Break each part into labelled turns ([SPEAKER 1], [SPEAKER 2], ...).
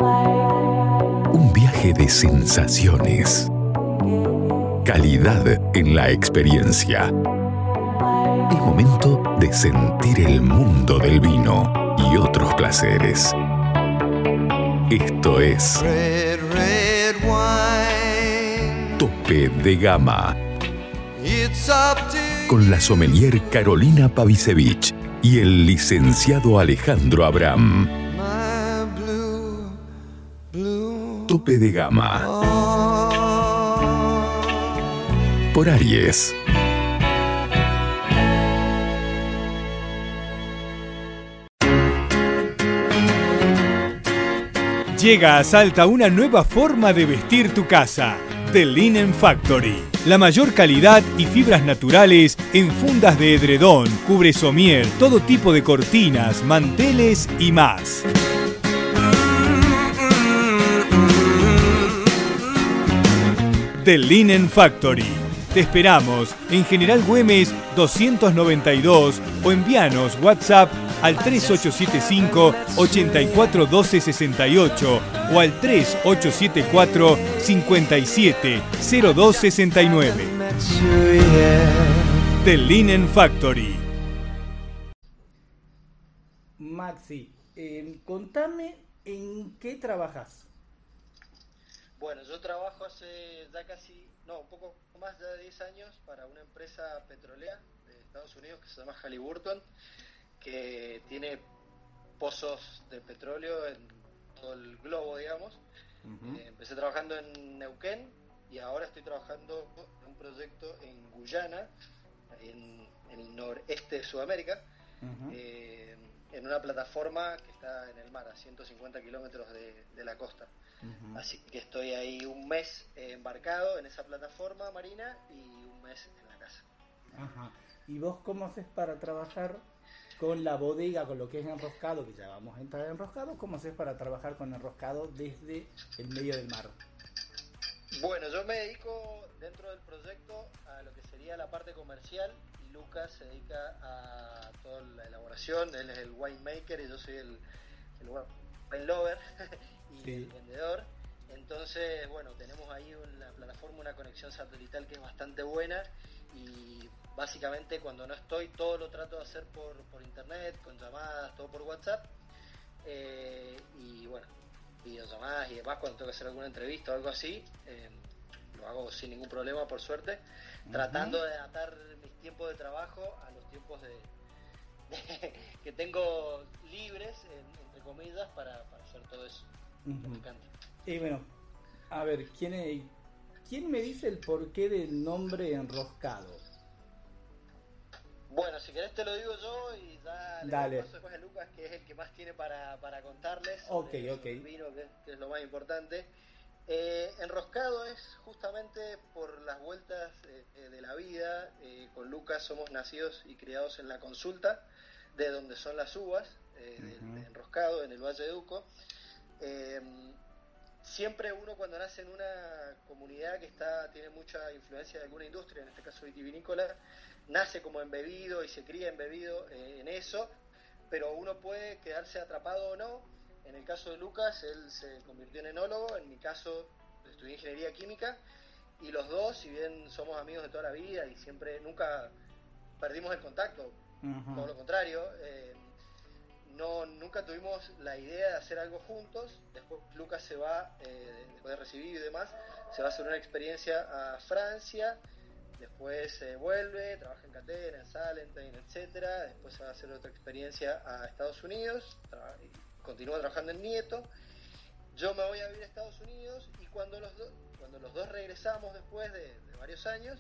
[SPEAKER 1] Un viaje de sensaciones. Calidad en la experiencia. Es momento de sentir el mundo del vino y otros placeres. Esto es
[SPEAKER 2] Red, red wine.
[SPEAKER 1] Tope de Gama.
[SPEAKER 2] It's up to
[SPEAKER 1] Con la sommelier Carolina Pavisevich y el licenciado Alejandro Abram.
[SPEAKER 2] my blue, blue.
[SPEAKER 1] Tope de Gama.
[SPEAKER 2] Oh.
[SPEAKER 1] Por Aries.
[SPEAKER 3] Llega a Salta una nueva forma de vestir tu casa. The Linen Factory. La mayor calidad y fibras naturales en fundas de edredón, cubre somier, todo tipo de cortinas, manteles y más. The Linen Factory. Te esperamos en General Güemes 292 o envíanos WhatsApp al 3875 84 12 68 o al 3874 57 02 69. The Linen Factory.
[SPEAKER 4] Maxi, contame en qué trabajas.
[SPEAKER 5] Bueno, yo trabajo hace ya un poco más de 10 años para una empresa petrolera de Estados Unidos que se llama Halliburton, que tiene pozos de petróleo en todo el globo, digamos. Empecé trabajando en Neuquén y ahora estoy trabajando en un proyecto en Guyana, en el noreste de Sudamérica, en una plataforma que está en el mar, a 150 kilómetros de la costa. Así que estoy ahí un mes embarcado en esa plataforma marina y un mes en la casa.
[SPEAKER 4] Ajá. ¿Y vos cómo haces para trabajar con la bodega, con lo que es enroscado, que ya vamos a entrar en enroscado? ¿Cómo haces para trabajar con enroscado desde el medio del mar?
[SPEAKER 5] Bueno, yo me dedico dentro del proyecto a lo que sería la parte comercial y Lucas se dedica a toda la elaboración. Él es el winemaker y yo soy el wine lover y
[SPEAKER 4] Sí.
[SPEAKER 5] el vendedor. Entonces, bueno, tenemos ahí en la plataforma una conexión satelital que es bastante buena y básicamente cuando no estoy todo lo trato de hacer por internet, con llamadas, todo por WhatsApp, y bueno, videollamadas y demás cuando tengo que hacer alguna entrevista o algo así, lo hago sin ningún problema, por suerte, tratando de atar mis tiempos de trabajo a los tiempos que tengo libres, entre comillas, para hacer todo eso. Me encanta.
[SPEAKER 4] Y bueno, a ver, ¿quién me dice el porqué del nombre enroscado?
[SPEAKER 5] Bueno, si querés te lo digo yo y ya le
[SPEAKER 4] Dale.
[SPEAKER 5] doy paso después a Lucas, que es el que más tiene para contarles
[SPEAKER 4] Ok,
[SPEAKER 5] sobre
[SPEAKER 4] ok.
[SPEAKER 5] el vino, que es lo más importante. Enroscado es justamente por las vueltas de la vida. Con Lucas somos nacidos y criados en la Consulta, de donde son las uvas, de Enroscado, en el Valle de Uco. Siempre uno cuando nace en una comunidad que tiene mucha influencia de alguna industria, en este caso vitivinícola, nace como embebido y se cría embebido en eso, pero uno puede quedarse atrapado o no. En el caso de Lucas, él se convirtió en enólogo, en mi caso estudié ingeniería química, y los dos, si bien somos amigos de toda la vida y siempre, nunca perdimos el contacto, todo lo contrario, nunca tuvimos la idea de hacer algo juntos. Después Lucas se va, después de recibir y demás, se va a hacer una experiencia a Francia, después vuelve, trabaja en Catena, en Salentine, etcétera. Después se va a hacer otra experiencia a Estados Unidos, continúa trabajando en Nieto. Yo me voy a vivir a Estados Unidos y cuando los dos regresamos después de varios años,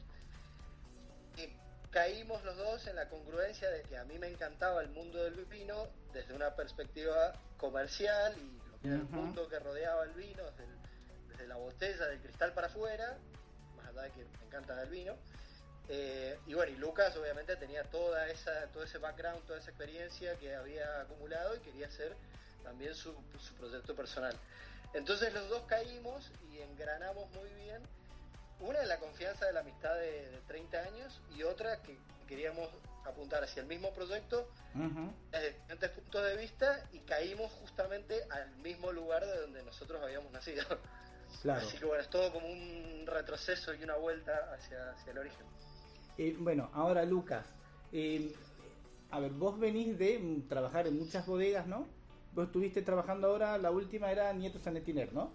[SPEAKER 5] caímos los dos en la congruencia de que a mí me encantaba el mundo del vino desde una perspectiva comercial y lo que era el mundo que rodeaba el vino, desde la botella, del cristal para afuera, más allá de que me encanta el vino. Y bueno, y Lucas obviamente tenía todo ese background, toda esa experiencia que había acumulado y quería hacer también su proyecto personal. Entonces los dos caímos y engranamos muy bien. Una en la confianza de la amistad de 30 años y otra que queríamos apuntar hacia el mismo proyecto
[SPEAKER 4] Ujú.
[SPEAKER 5] desde diferentes puntos de vista y caímos justamente al mismo lugar de donde nosotros habíamos nacido.
[SPEAKER 4] Claro.
[SPEAKER 5] Así que bueno, es todo como un retroceso y una vuelta hacia el origen.
[SPEAKER 4] Bueno, ahora Lucas, a ver, vos venís de trabajar en muchas bodegas, ¿no? Vos estuviste trabajando ahora, la última era Nieto Sanetiner, ¿no?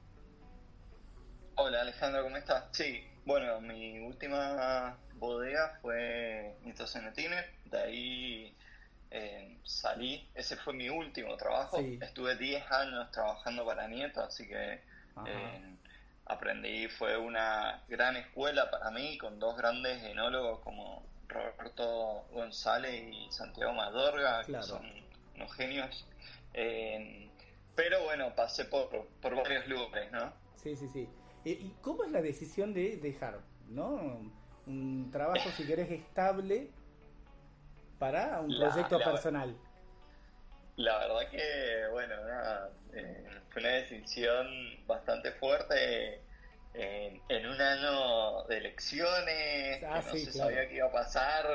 [SPEAKER 6] Hola Alejandro, ¿cómo estás? Sí, bueno, mi última bodega fue Nieto Cenetiner, de ahí salí, ese fue mi último trabajo,
[SPEAKER 4] Sí.
[SPEAKER 6] estuve 10 años trabajando para Nieto, así que
[SPEAKER 4] Ajá.
[SPEAKER 6] aprendí, fue una gran escuela para mí, con dos grandes enólogos como Roberto González y Santiago Mayorga,
[SPEAKER 4] Claro.
[SPEAKER 6] que son unos genios, pero bueno, pasé por varios lugares, ¿no?
[SPEAKER 4] Sí, sí, sí. ¿Y cómo es la decisión de dejar, ¿no? Un trabajo, si querés, estable para un proyecto personal?
[SPEAKER 6] La verdad que, bueno, nada, fue una decisión bastante fuerte en un año de elecciones, que no
[SPEAKER 4] Sí,
[SPEAKER 6] se
[SPEAKER 4] claro.
[SPEAKER 6] sabía qué iba a pasar.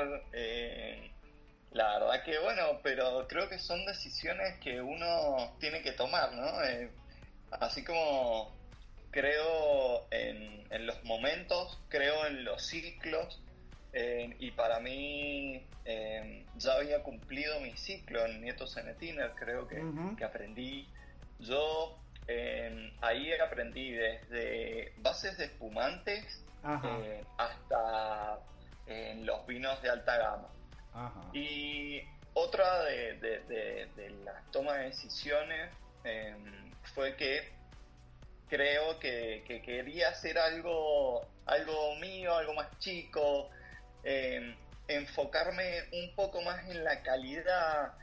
[SPEAKER 6] La verdad que, bueno, pero creo que son decisiones que uno tiene que tomar, ¿no? Así como creo en los momentos, creo en los ciclos. Y para mí ya había cumplido mi ciclo en Nieto Cenetiner, creo
[SPEAKER 4] Ujú.
[SPEAKER 6] que aprendí. Yo ahí aprendí desde bases de espumantes
[SPEAKER 4] Ajá.
[SPEAKER 6] hasta los vinos de alta gama.
[SPEAKER 4] Ajá.
[SPEAKER 6] Y otra de las tomas de decisiones fue que creo que quería hacer algo mío, algo más chico, enfocarme un poco más en la calidad,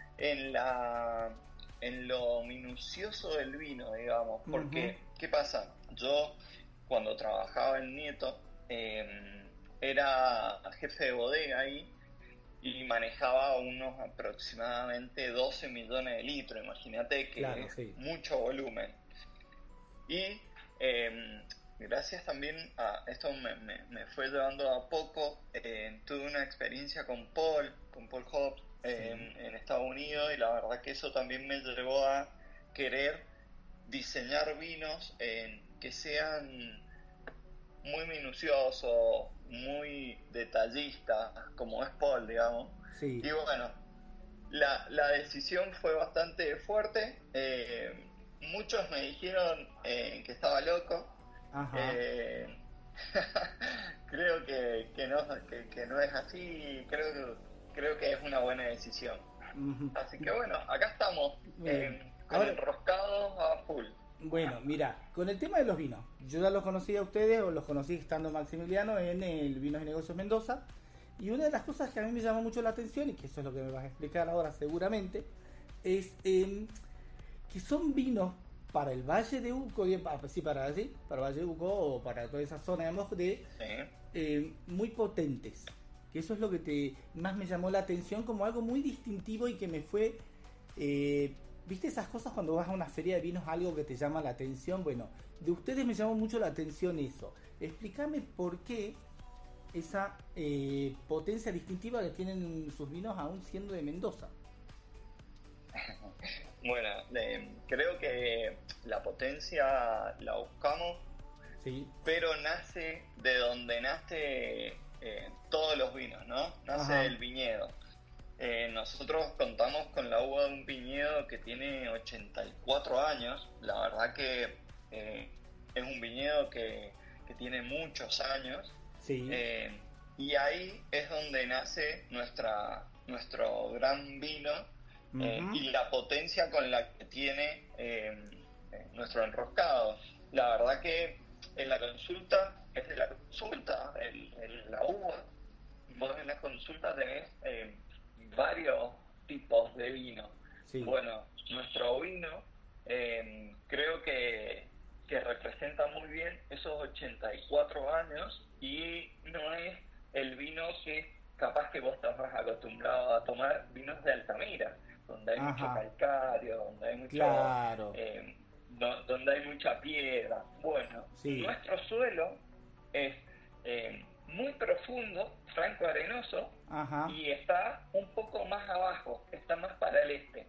[SPEAKER 6] en lo minucioso del vino, digamos, porque ¿qué pasa? Yo cuando trabajaba en Nieto era jefe de bodega ahí y manejaba unos aproximadamente 12 millones de litros, imagínate que
[SPEAKER 4] Claro,
[SPEAKER 6] es
[SPEAKER 4] sí.
[SPEAKER 6] mucho volumen. Y gracias también a esto me fue llevando a poco, tuve una experiencia con Paul Hobbs en Estados Unidos, y la verdad que eso también me llevó a querer diseñar vinos que sean muy minuciosos, muy detallistas, como es Paul, digamos.
[SPEAKER 4] Sí.
[SPEAKER 6] Y bueno, la decisión fue bastante fuerte. Muchos me dijeron que estaba loco.
[SPEAKER 4] Ajá.
[SPEAKER 6] Creo que no es así. Creo que es una buena decisión.
[SPEAKER 4] Ujú.
[SPEAKER 6] Así que bueno, acá estamos,
[SPEAKER 4] Bien.
[SPEAKER 6] con
[SPEAKER 4] Ahora-
[SPEAKER 6] enroscados a full.
[SPEAKER 4] Bueno, mira, con el tema de los vinos, yo ya los conocí a ustedes, o los conocí estando Maximiliano en el Vinos y Negocios Mendoza, y una de las cosas que a mí me llamó mucho la atención, y que eso es lo que me vas a explicar ahora seguramente, es que son vinos para el Valle de Uco, para Valle de Uco o para toda esa zona, digamos,
[SPEAKER 6] Sí.
[SPEAKER 4] muy potentes. Que eso es lo que más me llamó la atención, como algo muy distintivo y que me fue... ¿Viste esas cosas cuando vas a una feria de vinos, algo que te llama la atención? Bueno, de ustedes me llamó mucho la atención eso. Explícame por qué esa potencia distintiva que tienen sus vinos aún siendo de Mendoza.
[SPEAKER 6] Bueno, creo que la potencia la buscamos,
[SPEAKER 4] Sí.
[SPEAKER 6] pero nace de donde nace todos los vinos, ¿no? Nace
[SPEAKER 4] Ajá.
[SPEAKER 6] del viñedo. Nosotros contamos con la uva de un viñedo que tiene 84 años. La verdad que es un viñedo que tiene muchos años.
[SPEAKER 4] Sí.
[SPEAKER 6] Y ahí es donde nace nuestro gran vino,
[SPEAKER 4] Ujú.
[SPEAKER 6] y la potencia con la que tiene nuestro enroscado. La verdad que en la consulta, la uva, vos en la consulta tenés varios tipos de vino.
[SPEAKER 4] Sí.
[SPEAKER 6] Bueno, nuestro vino creo que representa muy bien esos 84 años, y no es el vino que capaz que vos estás acostumbrado a tomar, vinos de Altamira, donde hay mucho
[SPEAKER 4] Ajá.
[SPEAKER 6] calcario, donde hay mucho,
[SPEAKER 4] Claro.
[SPEAKER 6] donde hay mucha piedra. Bueno,
[SPEAKER 4] Sí.
[SPEAKER 6] nuestro suelo es muy profundo, franco arenoso,
[SPEAKER 4] Ajá.
[SPEAKER 6] y está un poco más abajo, está más para el este.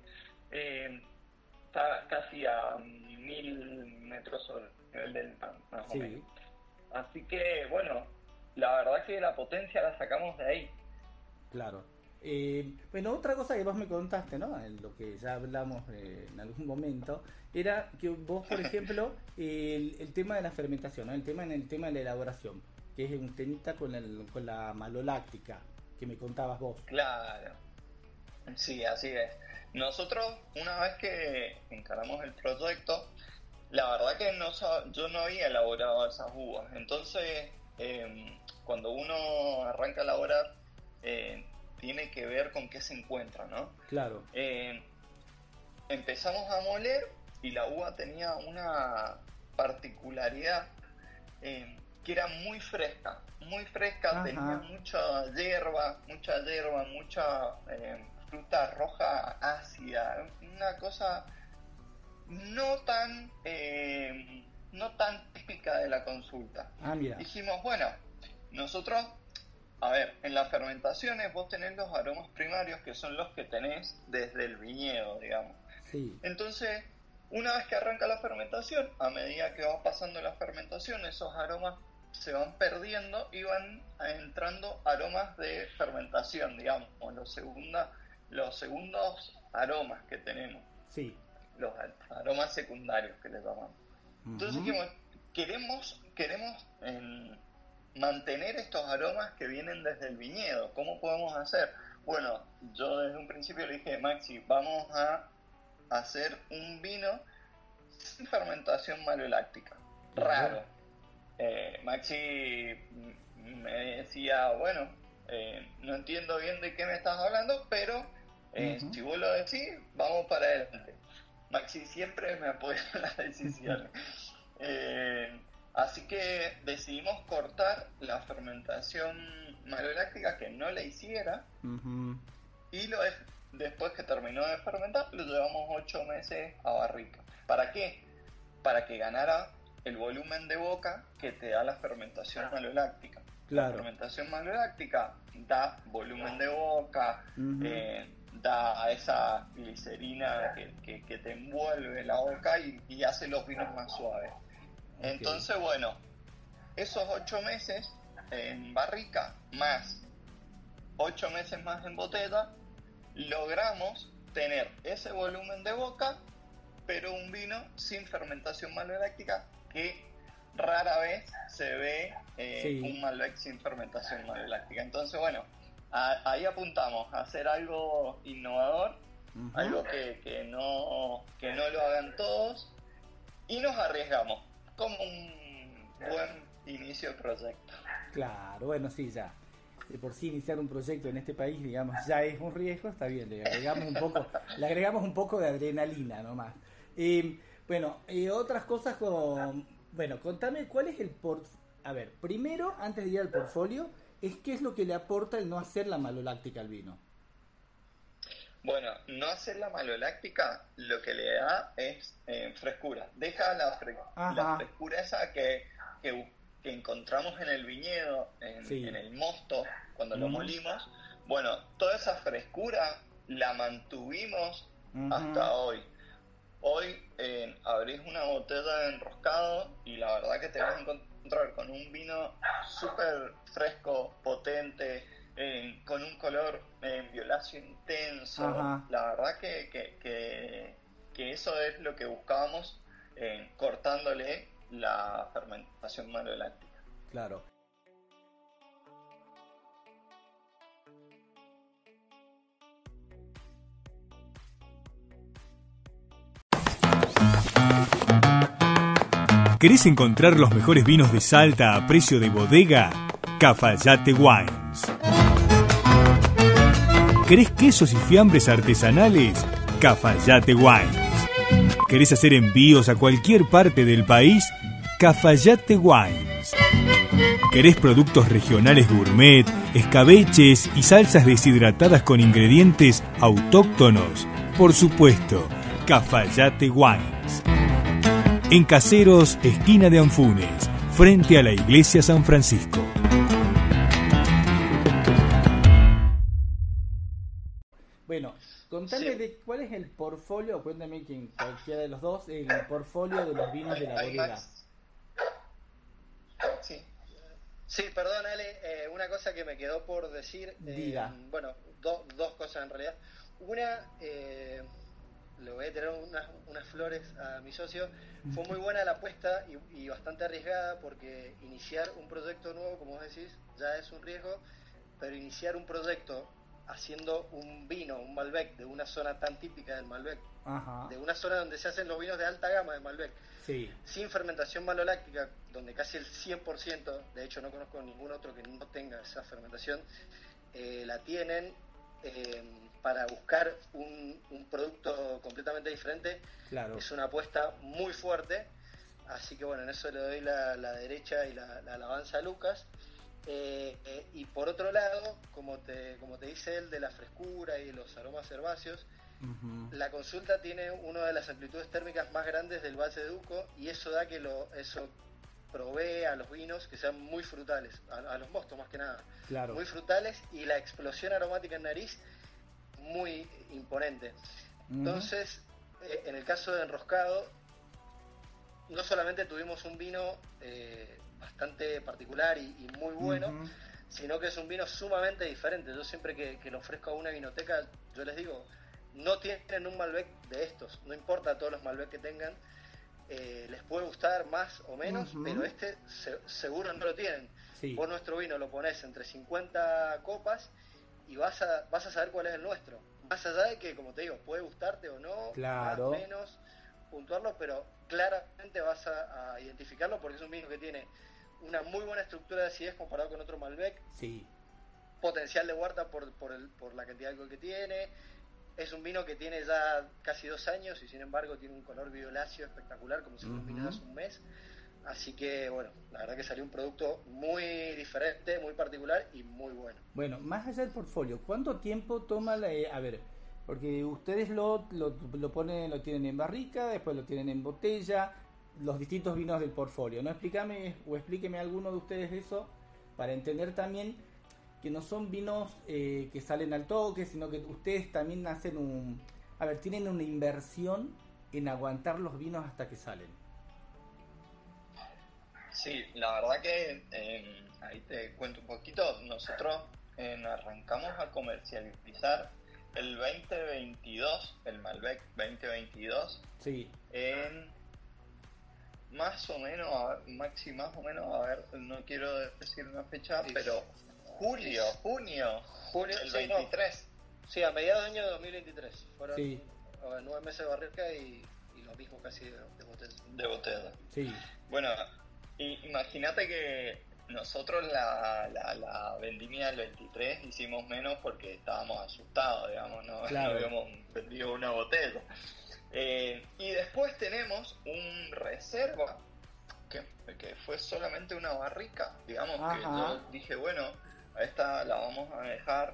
[SPEAKER 6] Está casi a 1000 metros sobre el nivel del mar, más o
[SPEAKER 4] Sí.
[SPEAKER 6] menos. Así que, bueno, la verdad que la potencia la sacamos de ahí.
[SPEAKER 4] Claro. Bueno, otra cosa que vos me contaste, ¿no? En lo que ya hablamos en algún momento, era que vos, por ejemplo, el tema de la fermentación, ¿no? El tema de la elaboración, que es un temita con la maloláctica, que me contabas vos.
[SPEAKER 6] Claro. Sí, así es. Nosotros, una vez que encaramos el proyecto, la verdad que yo no había elaborado esas uvas. Entonces, cuando uno arranca a elaborar, tiene que ver con qué se encuentra, ¿no?
[SPEAKER 4] Claro.
[SPEAKER 6] Empezamos a moler y la uva tenía una particularidad que era muy fresca,
[SPEAKER 4] Ajá.
[SPEAKER 6] tenía mucha hierba, mucha fruta roja ácida, una cosa no tan típica de la consulta.
[SPEAKER 4] Ah, mira.
[SPEAKER 6] Dijimos, bueno, nosotros, a ver, en las fermentaciones vos tenés los aromas primarios que son los que tenés desde el viñedo, digamos.
[SPEAKER 4] Sí.
[SPEAKER 6] Entonces, una vez que arranca la fermentación, a medida que va pasando la fermentación, esos aromas se van perdiendo y van entrando aromas de fermentación, digamos, los segundos aromas que tenemos,
[SPEAKER 4] Sí.
[SPEAKER 6] los aromas secundarios que les llamamos. Entonces dijimos, queremos mantener estos aromas que vienen desde el viñedo. ¿Cómo podemos hacer? Bueno, yo desde un principio le dije, Maxi, vamos a hacer un vino sin fermentación maloláctica. Raro. Maxi me decía, bueno, no entiendo bien de qué me estás hablando, pero si vos lo decís, vamos para adelante. Maxi siempre me apoya en las decisiones. Así que decidimos cortar la fermentación maloláctica, que no la hiciera, y después que terminó de fermentar, lo llevamos 8 meses a barrica. ¿Para qué? Para que ganara el volumen de boca que te da la fermentación maloláctica.
[SPEAKER 4] Claro.
[SPEAKER 6] La fermentación maloláctica da volumen de boca, da esa glicerina que te envuelve la boca y hace los vinos más suaves. Okay. Entonces, bueno, esos 8 meses en barrica más 8 meses más en botella, logramos tener ese volumen de boca, pero un vino sin fermentación maloláctica, que rara vez se ve un Malbec sin fermentación maloláctica. Entonces, bueno, ahí apuntamos a hacer algo innovador, algo que no lo hagan todos, y nos arriesgamos como un buen inicio de proyecto.
[SPEAKER 4] Claro, bueno, sí, ya. De por sí iniciar un proyecto en este país, digamos, ya es un riesgo, está bien, le agregamos un poco de adrenalina nomás. Otras cosas contame cuál es a ver, primero, antes de ir al portfolio, ¿qué es lo que le aporta el no hacer la maloláctica al vino?
[SPEAKER 6] Bueno, no hacer la maloláctica lo que le da es frescura. Deja la frescura esa que encontramos en el viñedo, en el mosto, cuando lo molimos. Bueno, toda esa frescura la mantuvimos hasta hoy. Hoy abrís una botella de enroscado y la verdad que te vas a encontrar con un vino súper fresco, potente, con un color violáceo intenso. La verdad que eso es lo que buscábamos, cortándole la fermentación maloláctica.
[SPEAKER 4] Claro.
[SPEAKER 3] ¿Querés encontrar los mejores vinos de Salta a precio de bodega? Cafayate Wines. ¿Querés quesos y fiambres artesanales? Cafayate Wines. ¿Querés hacer envíos a cualquier parte del país? Cafayate Wines. ¿Querés productos regionales gourmet, escabeches y salsas deshidratadas con ingredientes autóctonos? Por supuesto, Cafayate Wines. En Caseros, esquina de Anfunes, frente a la iglesia San Francisco.
[SPEAKER 4] contame
[SPEAKER 5] Sí.
[SPEAKER 4] de cuál es el portfolio, cuéntame quien cualquiera de los dos, el portfolio de los vinos de la
[SPEAKER 6] Ahí,
[SPEAKER 4] bodega.
[SPEAKER 6] Max. Sí.
[SPEAKER 5] Sí, perdón, Ale, una cosa que me quedó por decir.
[SPEAKER 4] Diga.
[SPEAKER 5] Bueno, dos cosas en realidad. Una, le voy a tener unas flores a mi socio. Fue muy buena la apuesta y bastante arriesgada porque iniciar un proyecto nuevo, como vos decís, ya es un riesgo, pero iniciar un proyecto haciendo un vino, un Malbec, de una zona tan típica del Malbec,
[SPEAKER 4] Ajá.
[SPEAKER 5] de una zona donde se hacen los vinos de alta gama de Malbec,
[SPEAKER 4] Sí.
[SPEAKER 5] sin fermentación maloláctica, donde casi el 100%, de hecho no conozco ningún otro que no tenga esa fermentación, la tienen. Para buscar un producto completamente diferente,
[SPEAKER 4] Claro.
[SPEAKER 5] es una apuesta muy fuerte, así que bueno, en eso le doy la derecha y la alabanza a Lucas. Y por otro lado, como te dice él, de la frescura y los aromas herbáceos,
[SPEAKER 4] Ujú.
[SPEAKER 5] la consulta tiene una de las amplitudes térmicas más grandes del Valle de Uco, y eso da que eso provee a los vinos que sean muy frutales, a los mostos más que nada,
[SPEAKER 4] Claro.
[SPEAKER 5] muy frutales, y la explosión aromática en nariz muy imponente.
[SPEAKER 4] Ujú.
[SPEAKER 5] Entonces, en el caso de Enroscado, no solamente tuvimos un vino bastante particular y muy bueno,
[SPEAKER 4] Ujú.
[SPEAKER 5] sino que es un vino sumamente diferente. Yo siempre que lo ofrezco a una vinoteca, yo les digo, no tienen un Malbec de estos, no importa todos los Malbec que tengan, les puede gustar más o menos,
[SPEAKER 4] Ujú.
[SPEAKER 5] pero seguro no lo tienen.
[SPEAKER 4] Sí.
[SPEAKER 5] Vos nuestro vino lo pones entre 50 copas y vas a saber cuál es el nuestro. Más allá de que, como te digo, puede gustarte o no,
[SPEAKER 4] Claro.
[SPEAKER 5] más o menos, puntuarlo, pero claramente vas a identificarlo porque es un vino que tiene una muy buena estructura de acidez comparado con otro Malbec,
[SPEAKER 4] Sí.
[SPEAKER 5] potencial de huerta por la cantidad de alcohol que tiene. Es un vino que tiene ya casi 2 años y sin embargo tiene un color violáceo espectacular, como si fuera un vino de hace un mes. Así que bueno, la verdad que salió un producto muy diferente, muy particular y muy bueno.
[SPEAKER 4] Bueno, más allá del portfolio, ¿cuánto tiempo toma a ver, porque ustedes lo ponen, lo tienen en barrica, después lo tienen en botella, los distintos vinos del portfolio, ¿no? Explíqueme alguno de ustedes eso, para entender también que no son vinos que salen al toque, sino que ustedes también hacen tienen una inversión en aguantar los vinos hasta que salen.
[SPEAKER 6] Sí, la verdad que ahí te cuento un poquito. Nosotros arrancamos a comercializar el 2022, el Malbec 2022,
[SPEAKER 4] Sí.
[SPEAKER 6] en más o menos, Maxi, más o menos, a ver, no quiero decir una fecha,
[SPEAKER 5] Sí.
[SPEAKER 6] pero junio
[SPEAKER 5] Julio,
[SPEAKER 6] del
[SPEAKER 5] sí, no.
[SPEAKER 6] 23.
[SPEAKER 5] Sí, a mediados del año de 2023. Fueron
[SPEAKER 4] Sí.
[SPEAKER 5] 9 meses de barrica y lo mismo casi de botella.
[SPEAKER 6] De botella.
[SPEAKER 4] Sí.
[SPEAKER 6] Bueno, imagínate que nosotros la vendimia del 23 hicimos menos porque estábamos asustados, digamos, no,
[SPEAKER 4] Claro.
[SPEAKER 6] no habíamos vendido una botella. Y después tenemos un reserva que fue solamente una barrica, digamos, que
[SPEAKER 4] Ajá.
[SPEAKER 6] yo dije, bueno, a esta la vamos a dejar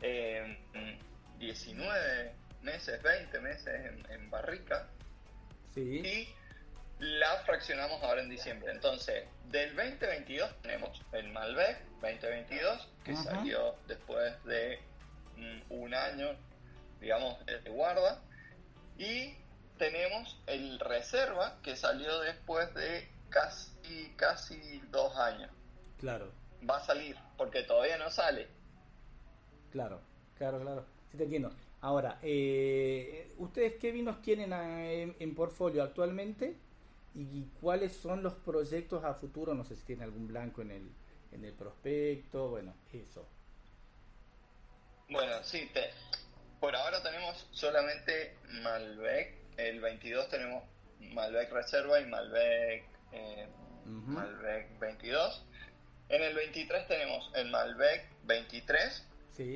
[SPEAKER 6] 19 meses, 20 meses en barrica,
[SPEAKER 4] Sí.
[SPEAKER 6] y la fraccionamos ahora en diciembre. Entonces, del 2022 tenemos el Malbec 2022, que
[SPEAKER 4] Ajá.
[SPEAKER 6] salió después de un año, digamos, de guarda, y tenemos el Reserva, que salió después de casi 2 años.
[SPEAKER 4] Claro.
[SPEAKER 6] Va a salir, porque todavía no sale.
[SPEAKER 4] Claro. Sí, te entiendo. Ahora, ¿ustedes qué vinos tienen en portfolio actualmente? ¿Y cuáles son los proyectos a futuro? No sé si tiene algún blanco en el prospecto. Bueno, eso.
[SPEAKER 6] Bueno, sí, por ahora tenemos solamente Malbec. El 22 tenemos Malbec Reserva y Malbec,
[SPEAKER 4] Ujú.
[SPEAKER 6] Malbec 22. En el 23 tenemos el Malbec 23.
[SPEAKER 4] Sí.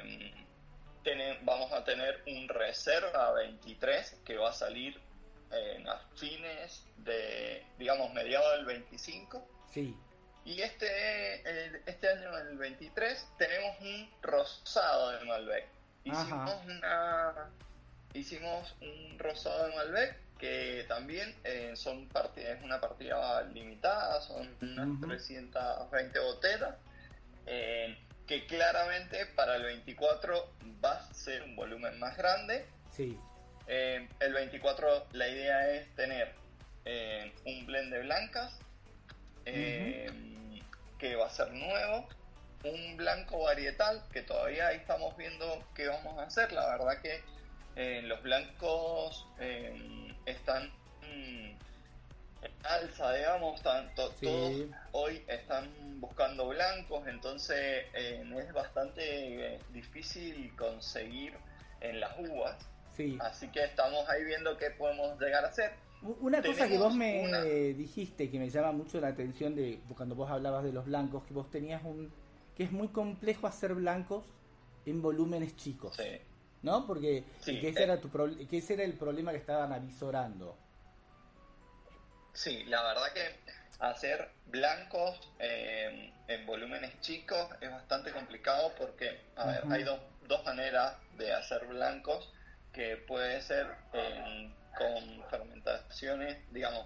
[SPEAKER 6] Vamos a tener un Reserva 23 que va a salir a fines de, digamos, mediados del 25.
[SPEAKER 4] Sí.
[SPEAKER 6] Y este año, el 23, tenemos un rosado de Malbec. Hicimos un rosado de Malbec que también es una partida limitada, son unas 320 botellas. que claramente para el 24 va a ser un volumen más grande.
[SPEAKER 4] Sí.
[SPEAKER 6] El 24 la idea es tener un blend de blancas, que va a ser nuevo, un blanco varietal, que todavía ahí estamos viendo qué vamos a hacer. La verdad que los blancos están en alza, digamos, todos hoy están buscando blancos, entonces es bastante difícil conseguir en las uvas.
[SPEAKER 4] Sí.
[SPEAKER 6] Así que estamos ahí viendo qué podemos llegar a hacer.
[SPEAKER 4] Una cosa que vos me dijiste que me llama mucho la atención de cuando vos hablabas de los blancos, que vos tenías que es muy complejo hacer blancos en volúmenes chicos.
[SPEAKER 6] Sí.
[SPEAKER 4] ¿No? Porque
[SPEAKER 6] Sí,
[SPEAKER 4] que ese era el problema que estaban avisorando.
[SPEAKER 6] Sí, la verdad que hacer blancos en volúmenes chicos es bastante complicado porque, a ver, hay dos maneras de hacer blancos, que puede ser con fermentaciones, digamos,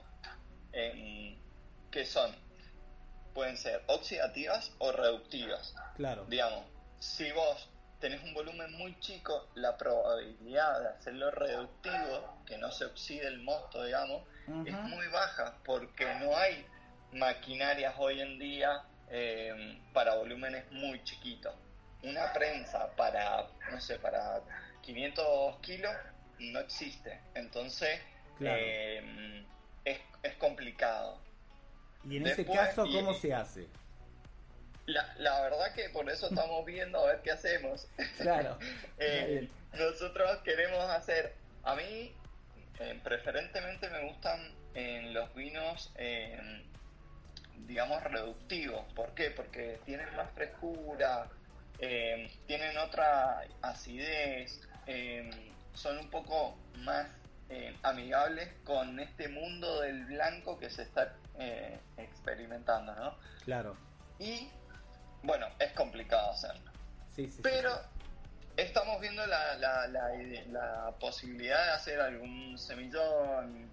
[SPEAKER 6] que pueden ser oxidativas o reductivas.
[SPEAKER 4] Claro.
[SPEAKER 6] Digamos, si vos tenés un volumen muy chico, la probabilidad de hacerlo reductivo, que no se oxide el mosto, digamos, es muy baja, porque no hay maquinarias hoy en día para volúmenes muy chiquitos. Una prensa para, no sé, para 500 kilos no existe, entonces
[SPEAKER 4] claro.
[SPEAKER 6] Es complicado.
[SPEAKER 4] Y en ese caso, ¿cómo se hace?
[SPEAKER 6] La verdad que por eso estamos viendo a ver qué hacemos.
[SPEAKER 4] Claro.
[SPEAKER 6] Nosotros queremos hacer, a mí preferentemente me gustan los vinos, digamos, reductivos. ¿Por qué? Porque tienen más frescura, tienen otra acidez, son un poco más amigables con este mundo del blanco que se está experimentando, ¿no?
[SPEAKER 4] Claro.
[SPEAKER 6] Y bueno, es complicado hacerlo.
[SPEAKER 4] Sí,
[SPEAKER 6] pero estamos viendo la posibilidad de hacer algún semillón,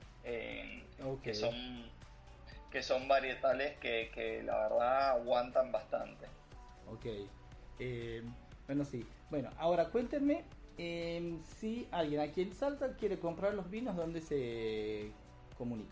[SPEAKER 6] que son varietales que la verdad aguantan bastante.
[SPEAKER 4] Ok. Bueno, sí. Bueno, ahora cuéntenme si alguien aquí en Salta quiere comprar los vinos, ¿dónde se comunica?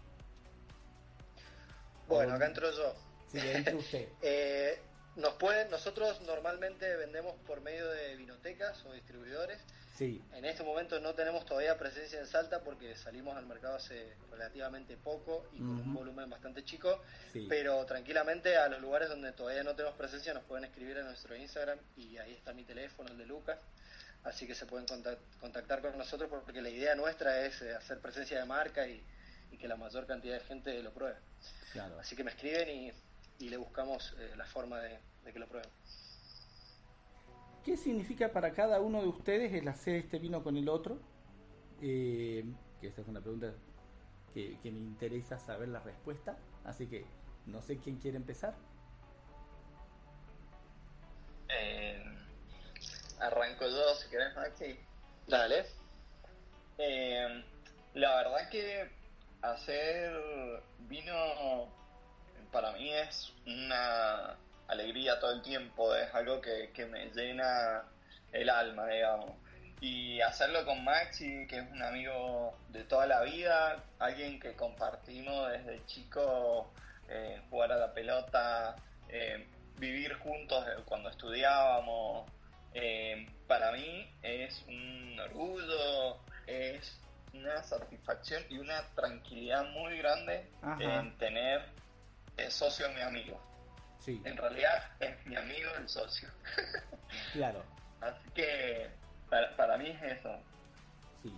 [SPEAKER 5] Bueno, acá entro yo.
[SPEAKER 4] Sí, entre usted.
[SPEAKER 5] Nosotros normalmente vendemos por medio de vinotecas o distribuidores.
[SPEAKER 4] Sí.
[SPEAKER 5] En este momento no tenemos todavía presencia en Salta porque salimos al mercado hace relativamente poco y con un volumen bastante chico, pero tranquilamente a los lugares donde todavía no tenemos presencia nos pueden escribir en nuestro Instagram y ahí está mi teléfono, el de Lucas, así que se pueden contactar con nosotros porque la idea nuestra es hacer presencia de marca y que la mayor cantidad de gente lo pruebe.
[SPEAKER 4] Claro.
[SPEAKER 5] Así que me escriben y le buscamos la forma de que lo prueben.
[SPEAKER 4] ¿Qué significa para cada uno de ustedes el hacer este vino con el otro? Que esta es una pregunta que me interesa saber la respuesta, así que no sé quién quiere empezar.
[SPEAKER 6] Arranco yo, si querés, Maxi.
[SPEAKER 5] Dale.
[SPEAKER 6] La verdad que hacer vino para mí es una alegría todo el tiempo, es algo que me llena el alma, digamos. Y hacerlo con Maxi, que es un amigo de toda la vida, alguien que compartimos desde chico, jugar a la pelota, vivir juntos cuando estudiábamos, para mí es un orgullo, es una satisfacción y una tranquilidad muy grande en tener el socio mi amigo.
[SPEAKER 4] Sí.
[SPEAKER 6] En realidad es mi amigo el socio.
[SPEAKER 4] Claro.
[SPEAKER 6] Así que para mí es eso.
[SPEAKER 4] Sí.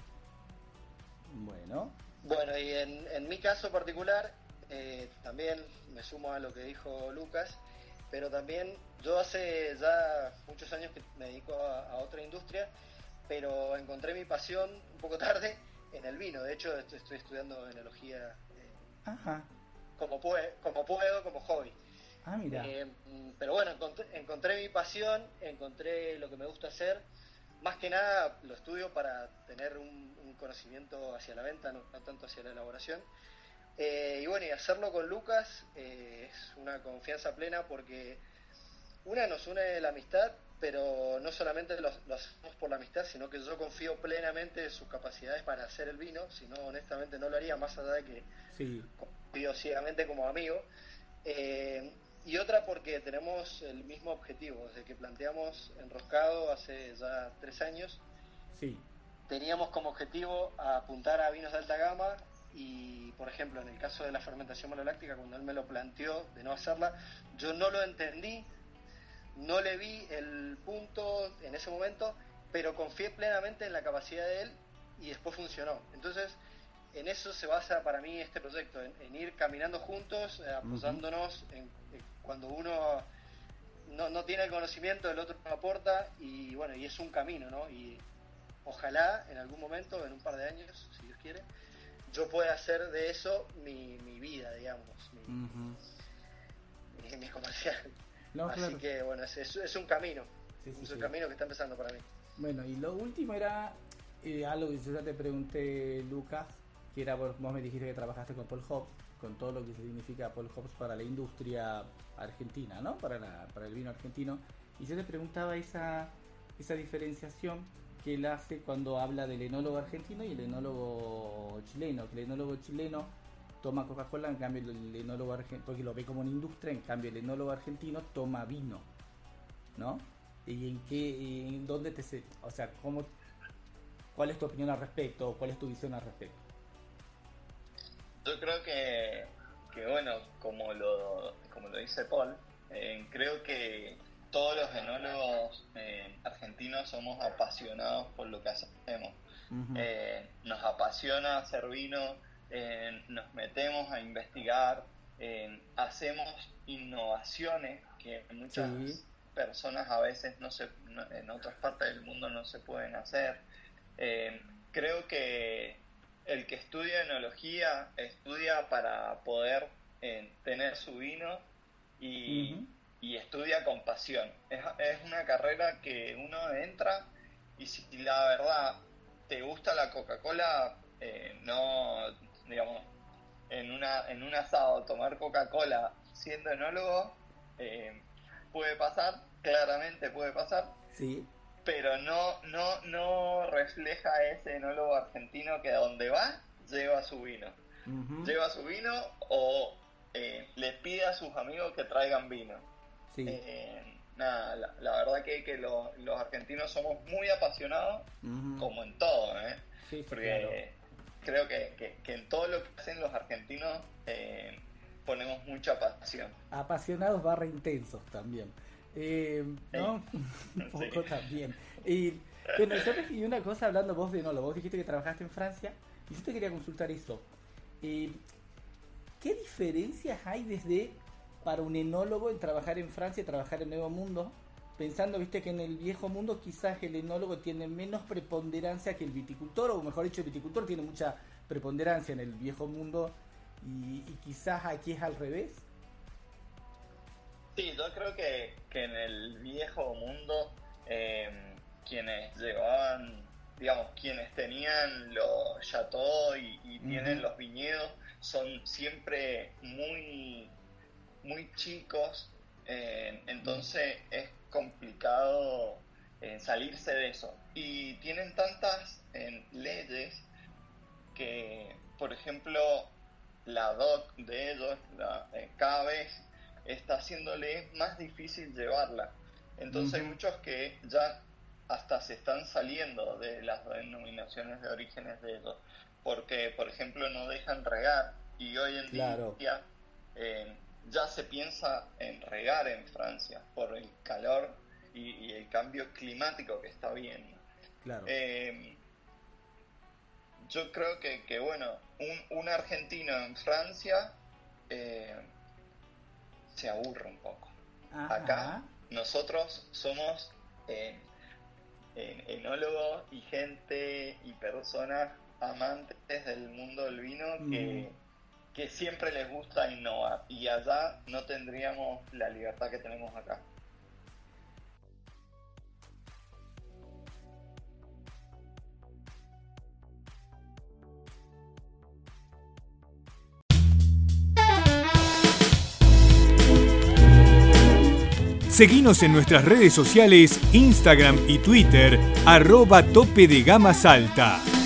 [SPEAKER 4] Bueno,
[SPEAKER 5] y en mi caso particular, también me sumo a lo que dijo Lucas, pero también yo hace ya muchos años que me dedico a otra industria, pero encontré mi pasión un poco tarde en el vino. De hecho, estoy estudiando enología como puedo, como hobby.
[SPEAKER 4] Mira.
[SPEAKER 5] Pero bueno, encontré mi pasión, encontré lo que me gusta hacer. Más que nada lo estudio para tener un conocimiento hacia la venta, no tanto hacia la elaboración. Y hacerlo con Lucas es una confianza plena porque una nos une la amistad, pero no solamente lo hacemos por la amistad, sino que yo confío plenamente en sus capacidades para hacer el vino, si no, honestamente no lo haría, más allá de que
[SPEAKER 4] Sí.
[SPEAKER 5] confío ciegamente como amigo. Y otra porque tenemos el mismo objetivo, desde que planteamos Enroscado hace ya 3 años,
[SPEAKER 4] Sí.
[SPEAKER 5] teníamos como objetivo apuntar a vinos de alta gama y, por ejemplo, en el caso de la fermentación maloláctica, cuando él me lo planteó de no hacerla, yo no lo entendí, no le vi el punto en ese momento, pero confié plenamente en la capacidad de él y después funcionó. Entonces, en eso se basa para mí este proyecto, en ir caminando juntos, apoyándonos cuando uno no tiene el conocimiento, el otro no aporta, y bueno, y es un camino, ¿no? Y ojalá en algún momento, en un par de años, si Dios quiere, yo pueda hacer de eso mi vida, digamos, mi comercial.
[SPEAKER 4] No,
[SPEAKER 5] Así
[SPEAKER 4] claro.
[SPEAKER 5] que bueno, es un camino,
[SPEAKER 4] Sí, sí,
[SPEAKER 5] es
[SPEAKER 4] sí.
[SPEAKER 5] un camino que está empezando para mí.
[SPEAKER 4] Bueno, y lo último era algo que yo ya te pregunté, Lucas, que era, vos me dijiste que trabajaste con Paul Hobbs, con todo lo que significa Paul Hobbs para la industria argentina, ¿no? Para el vino argentino. Y yo te preguntaba esa diferenciación que él hace cuando habla del enólogo argentino y el enólogo chileno. Que el enólogo chileno toma Coca-Cola, en cambio el enólogo argentino, porque lo ve como una industria, en cambio el enólogo argentino toma vino, ¿no? ¿Y en dónde o sea, cuál es tu opinión al respecto, o cuál es tu visión al respecto?
[SPEAKER 6] Yo creo que bueno, como lo dice Paul, creo que todos los enólogos argentinos somos apasionados por lo que hacemos. Nos apasiona hacer vino, nos metemos a investigar, hacemos innovaciones que muchas personas a veces en otras partes del mundo no se pueden hacer. Creo que el que estudia enología estudia para poder tener su vino y estudia con pasión. Es una carrera que uno entra y si la verdad te gusta la Coca-Cola, no, digamos, en un asado tomar Coca-Cola siendo enólogo puede pasar, claramente puede pasar.
[SPEAKER 4] Sí.
[SPEAKER 6] Pero no refleja ese enólogo argentino que a donde va lleva su vino. Lleva su vino o le pide a sus amigos que traigan vino.
[SPEAKER 4] Sí.
[SPEAKER 6] La verdad que los argentinos somos muy apasionados, como en todo,
[SPEAKER 4] Sí,
[SPEAKER 6] porque creo que en todo lo que hacen los argentinos ponemos mucha pasión.
[SPEAKER 4] Apasionados / intensos también. ¿No? Un poco también. Y bueno, y una cosa, hablando vos de enólogo, vos dijiste que trabajaste en Francia y yo te quería consultar eso. ¿Qué diferencias hay para un enólogo en trabajar en Francia y trabajar en Nuevo Mundo? Pensando, viste, que en el viejo mundo quizás el enólogo tiene menos preponderancia que el viticultor, o mejor dicho, el viticultor tiene mucha preponderancia en el viejo mundo y quizás aquí es al revés.
[SPEAKER 6] Sí, yo creo que en el viejo mundo quienes llevaban, digamos, quienes tenían los chateaux y tienen los viñedos son siempre muy, muy chicos, entonces es complicado salirse de eso. Y tienen tantas leyes que, por ejemplo, la DOC de ellos cada vez está haciéndole más difícil llevarla. Entonces hay muchos que ya hasta se están saliendo de las denominaciones de orígenes de ellos, porque por ejemplo no dejan regar, y hoy en día ya se piensa en regar en Francia por el calor y el cambio climático que está habiendo.
[SPEAKER 4] Claro.
[SPEAKER 6] Yo creo que bueno, un argentino en Francia se aburre un poco.
[SPEAKER 4] Ajá.
[SPEAKER 6] Acá nosotros somos enólogos y gente y personas amantes del mundo del vino que siempre les gusta innovar, y allá no tendríamos la libertad que tenemos acá.
[SPEAKER 3] Seguinos en nuestras redes sociales, Instagram y Twitter, @topedegamasAlta.